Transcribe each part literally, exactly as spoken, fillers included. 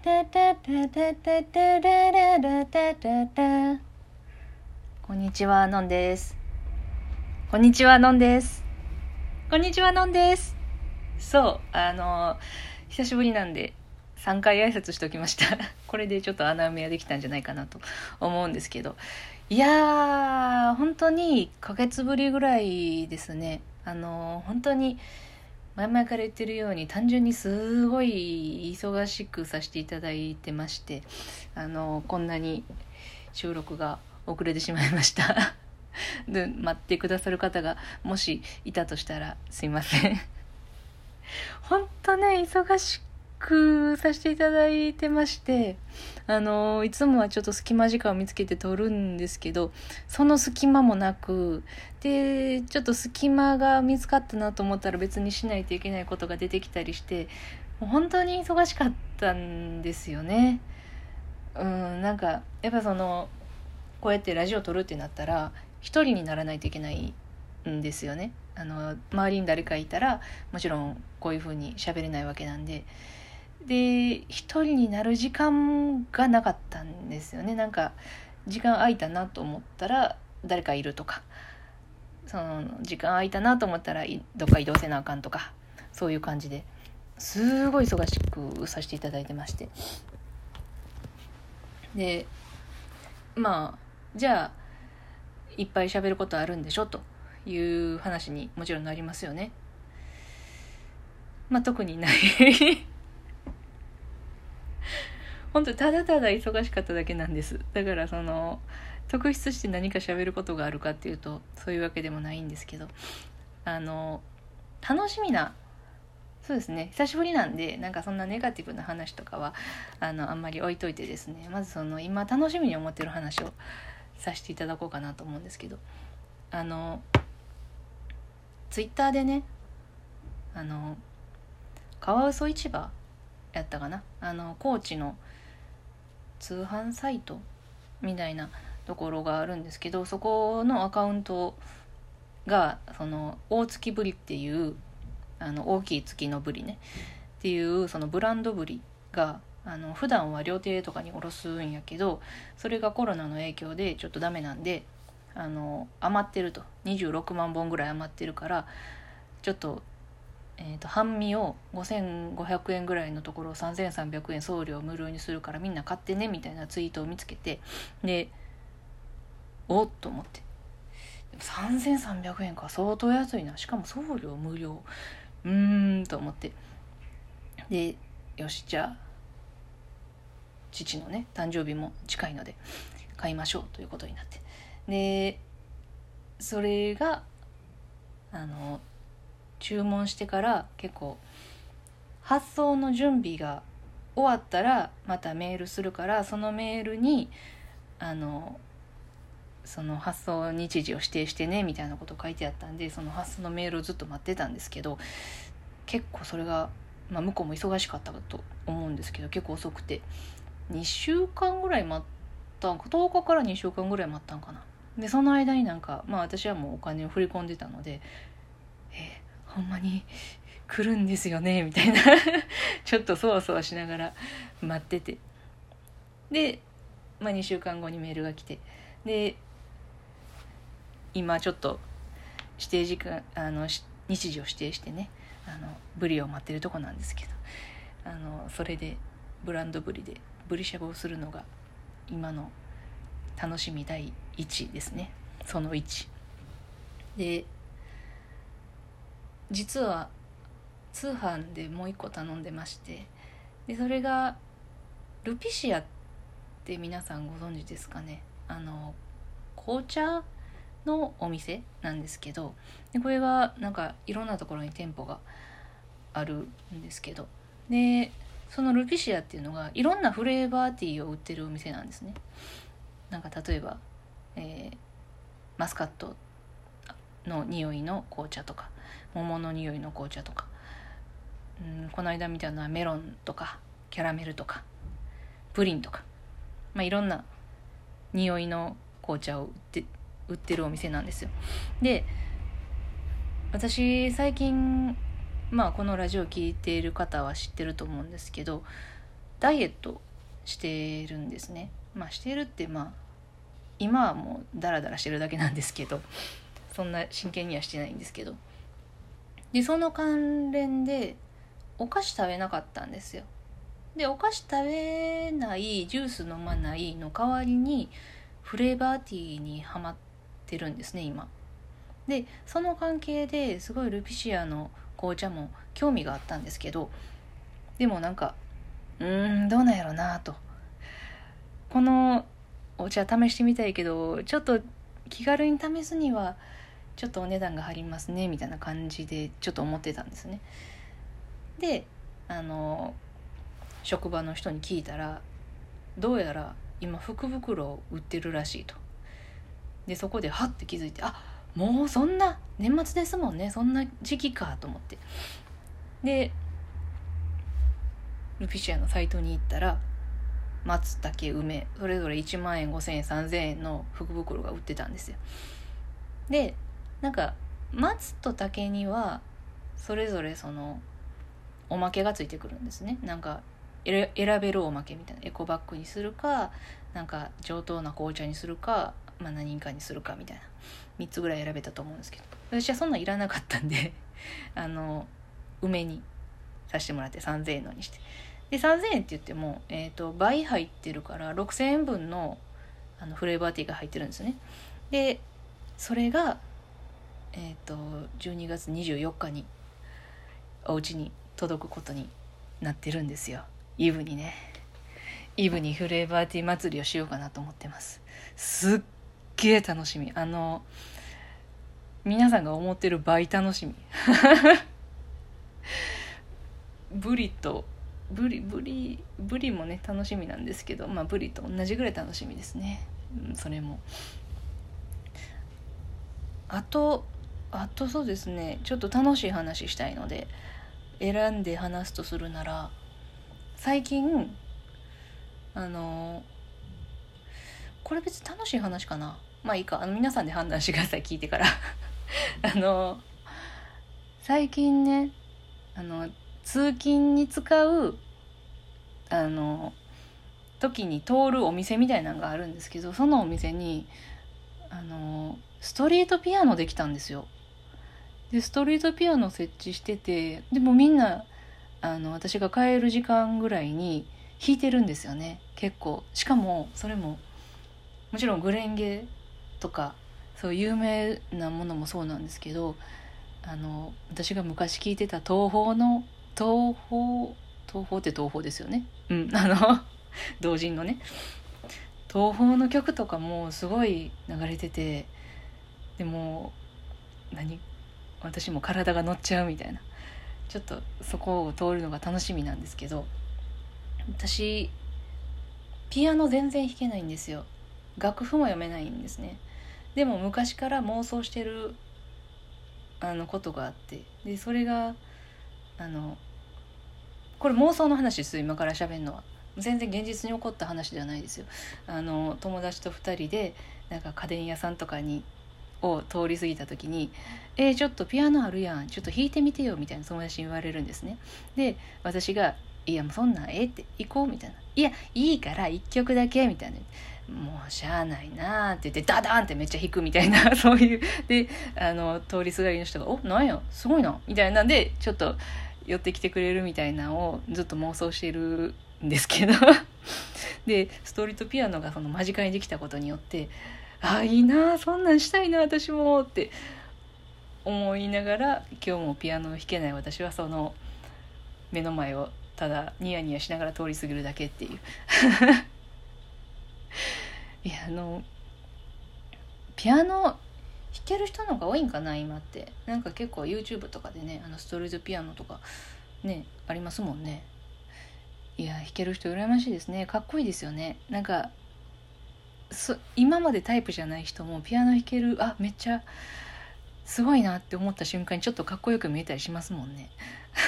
タタタタタタラララタタタ。こんにちは、のんです。こんにちは、のんです。こんにちは、のんです。そう、あの久しぶりなんでさんかい挨拶しておきました。これでちょっと穴埋めができたんじゃないかなと思うんですけど、いやー本当にいっかげつぶりぐらいですね。あの本当に前々から言ってるように単純にすごい忙しくさせていただいてまして、あのこんなに収録が遅れてしまいましたで待ってくださる方がもしいたとしたらすいません本当ね忙しくさせていただいてまして、あのいつもはちょっと隙間時間を見つけて撮るんですけど、その隙間もなくで、ちょっと隙間が見つかったなと思ったら別にしないといけないことが出てきたりして、もう本当に忙しかったんですよね。うんなんかやっぱそのこうやってラジオ撮るってなったら一人にならないといけないんですよね。あの周りに誰かいたらもちろんこういう風に喋れないわけなんで、で一人になる時間がなかったんですよね。なんか時間空いたなと思ったら誰かいるとか、その時間空いたなと思ったらどっか移動せなあかんとか、そういう感じですごい忙しくさせていただいてまして、でまあじゃあいっぱい喋ることあるんでしょという話にもちろんなりますよね。まあ特にない本当にただただ忙しかっただけなんです。だからその特筆して何か喋ることがあるかっていうとそういうわけでもないんですけど、あの楽しみな、そうですね、久しぶりなんでなんかそんなネガティブな話とかはあのあんまり置いといてですね、まずその今楽しみに思ってる話をさせていただこうかなと思うんですけど、あのツイッターでね、あのカワウソ市場やったかな、あの高知の通販サイトみたいなところがあるんですけど、そこのアカウントがその大月ぶりっていうあの大きい月のぶりねっていうそのブランドぶりがあの普段は料亭とかに卸すんやけど、それがコロナの影響でちょっとダメなんで、あの余ってると、にじゅうろくまんぼんぐらい余ってるからちょっとえー、と半身をごせんごひゃくえんぐらいのところをさんぜんさんびゃくえん送料無料にするからみんな買ってねみたいなツイートを見つけて、でおっと思って、さんぜんさんびゃくえんか相当安いな、しかも送料無料、うーんと思って、でよしじゃあ父のね誕生日も近いので買いましょうということになって、でそれがあの注文してから結構発送の準備が終わったらまたメールするから、そのメールにあのその発送日時を指定してねみたいなこと書いてあったんで、その発送のメールをずっと待ってたんですけど、結構それが、まあ、向こうも忙しかったと思うんですけど結構遅くてにしゅうかんぐらい待ったんか、とおかからにしゅうかんぐらい待ったんかな。でその間になんかまあ私はもうお金を振り込んでたので、えほんまに来るんですよねみたいなちょっとそわそわしながら待ってて、で、まあ、にしゅうかんごにメールが来て、で今ちょっと指定時間あの日時を指定してね、あのブリを待ってるとこなんですけど、あのそれでブランドブリでブリしゃぶをするのが今の楽しみだいいちですね。そのいちで、実は通販でもう一個頼んでまして、でそれがルピシアって皆さんご存知ですかね。あの紅茶のお店なんですけど、でこれがなんかいろんなところに店舗があるんですけど、でそのルピシアっていうのがいろんなフレーバーティーを売ってるお店なんですね。なんか例えば、えー、マスカットの匂いの紅茶とか桃の匂いの紅茶とか、うん、この間見たのはメロンとかキャラメルとかプリンとか、まあ、いろんな匂いの紅茶を売って売ってるお店なんですよ。で私最近、まあこのラジオ聞いている方は知ってると思うんですけど、 ダイエットしてるんですね。まあしてるってまあ今はもうダラダラしてるだけなんですけど、そんな真剣にはしてないんですけど、でその関連でお菓子食べなかったんですよ。でお菓子食べないジュース飲まないの代わりにフレーバーティーにハマってるんですね今。でその関係ですごいルピシアの紅茶も興味があったんですけど、でもなんかうーんどうなんやろなと、このお茶試してみたいけどちょっと気軽に試すにはちょっとお値段が張りますねみたいな感じでちょっと思ってたんですね。であの職場の人に聞いたら、どうやら今福袋を売ってるらしいと。でそこでハッて気づいて、あもうそんな年末ですもんね、そんな時期かと思って、でルピシアのサイトに行ったら松茸梅それぞれいちまんえんごせんえんさんぜんえんの福袋が売ってたんですよ。でなんか松と竹にはそれぞれそのおまけがついてくるんですね。なんか選べるおまけみたいな、エコバッグにするか、なんか上等な紅茶にするか、まあ、何かにするかみたいなみっつぐらい選べたと思うんですけど、私はそんなんいらなかったんであの梅にさせてもらってさんぜんえんのにして、でさんぜんえんって言っても、えーと、倍入ってるからろくせんえんぶんの、あのフレーバーティーが入ってるんですね。でそれが、えーと、じゅうにがつにじゅうよっかにお家に届くことになってるんですよ。イブにね、イブにフレーバーティー祭りをしようかなと思ってます。すっげー楽しみ。あの皆さんが思ってる倍楽しみブリとブリブリブリもね楽しみなんですけど、まあブリと同じぐらい楽しみですね、うん、それもあとあとそうですね、ちょっと楽しい話したいので選んで話すとするなら、最近あのこれ別に楽しい話かな、まあいいか、あの皆さんで判断してください、聞いてからあの最近ね、あの通勤に使うあの時に通るお店みたいなのがあるんですけど、そのお店にあのストリートピアノできたんですよ。でストリートピアノ設置してて、でもみんなあの私が帰る時間ぐらいに弾いてるんですよね、結構。しかもそれももちろんグレンゲとかそういう有名なものもそうなんですけど、あの私が昔聴いてた東宝の東宝東宝って東宝ですよね、うんあの同人のね東宝の曲とかもすごい流れてて、でも何私も体が乗っちゃうみたいな、ちょっとそこを通るのが楽しみなんですけど、私ピアノ全然弾けないんですよ。楽譜も読めないんですね。でも昔から妄想してるあのことがあって、でそれがあのこれ妄想の話です。今から喋るのは全然現実に起こった話ではないですよ。あの友達とふたりでなんか家電屋さんとかにを通り過ぎた時に、えー、ちょっとピアノあるやん、ちょっと弾いてみてよみたいな友達に言われるんですね。で私がいやもうそんなんええって行こうみたいな、いやいいからいっきょくだけみたいな、もうしゃあないなって言ってダダーンってめっちゃ弾くみたいなそういうで、あの通りすがりの人がおなんやすごいなみたいなんでちょっと寄ってきてくれるみたいなのをずっと妄想してるんですけどでストリートピアノがその間近にできたことによって、あいいなそんなんしたいな私もって思いながら、今日もピアノを弾けない私はその目の前をただニヤニヤしながら通り過ぎるだけっていういやあのピアノ弾ける人の方が多いんかな今って。なんか結構 YouTube とかでね、あのストリートピアノとかねありますもんね。いや弾ける人羨ましいですね。かっこいいですよね。なんかそ今までタイプじゃない人もピアノ弾ける、あめっちゃすごいなって思った瞬間にちょっとかっこよく見えたりしますもんね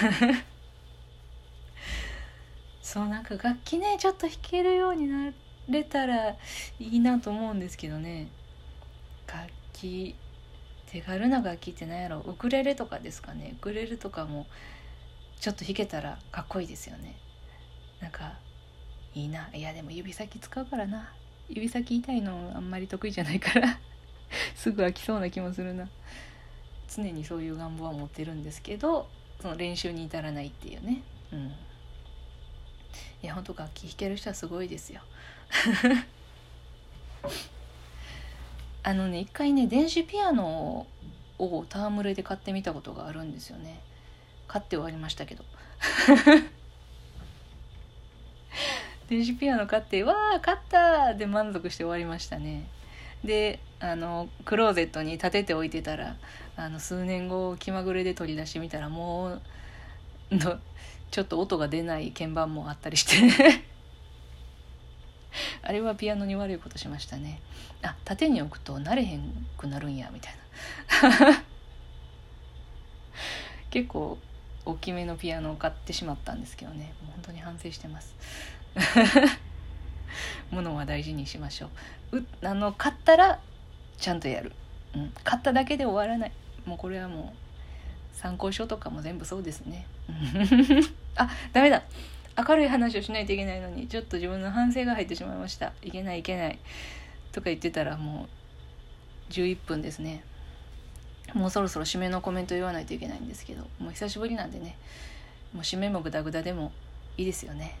そうなんか楽器ねちょっと弾けるようになれたらいいなと思うんですけどね。楽器手軽な楽器って何やろ、ウクレレとかですかね。ウクレレとかもちょっと弾けたらかっこいいですよね。なんかいいな。いやでも指先使うからな、指先痛いのあんまり得意じゃないからすぐ飽きそうな気もするな。常にそういう願望は持ってるんですけど、その練習に至らないっていうね。うん。いや本当楽器弾ける人はすごいですよあのね、一回ね電子ピアノを戯れで買ってみたことがあるんですよね。買って終わりましたけど電子ピアノ買ってわー買ったで満足して終わりましたね。であのクローゼットに立てておいてたら、あの数年後気まぐれで取り出してみたら、もうのちょっと音が出ない鍵盤もあったりしてあれはピアノに悪いことしましたね。あ、縦に置くと慣れへんくなるんやみたいな結構大きめのピアノを買ってしまったんですけどね、もう本当に反省してます物は大事にしましょう。うあの買ったらちゃんとやる、うん、買っただけで終わらない。もうこれはもう参考書とかも全部そうですねあ、ダメだ、明るい話をしないといけないのにちょっと自分の反省が入ってしまいました。いけないいけないとか言ってたらもうじゅういっぷんですね。もうそろそろ締めのコメント言わないといけないんですけど、もう久しぶりなんでね、もう締めもグダグダでもいいですよね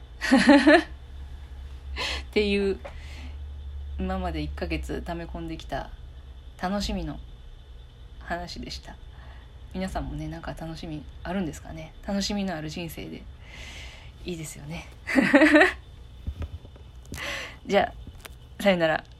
っていう今までいっかげつ溜め込んできた楽しみの話でした。皆さんもね、なんか楽しみあるんですかね。楽しみのある人生でいいですよねじゃあさよなら。